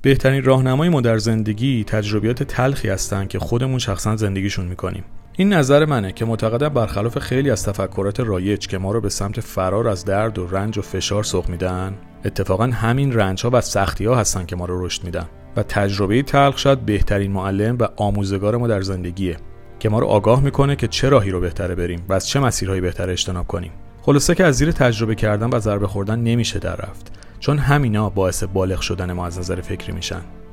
بهترین راهنمای ما در زندگی تجربیات تلخی هستن که خودمون شخصا زندگیشون میکنیم. این نظر منه که معتقدم برخلاف خیلی از تفکرات رایج که ما رو به سمت فرار از درد و رنج و فشار سوق میدن، اتفاقا همین رنج‌ها و سختی‌ها هستن که ما رو رشد میدن و تجربه تلخ شاید بهترین معلم و آموزگار ما در زندگیه که ما رو آگاه میکنه که چه راهی رو بهتره بریم و از چه مسیرهایی بهتره اجتناب کنیم. خلاصه که از زیر تجربه کردن و ضربه خوردن نمیشه در رفت، چون همینا باعث بالغ شدن ما از نظر فکری میشن.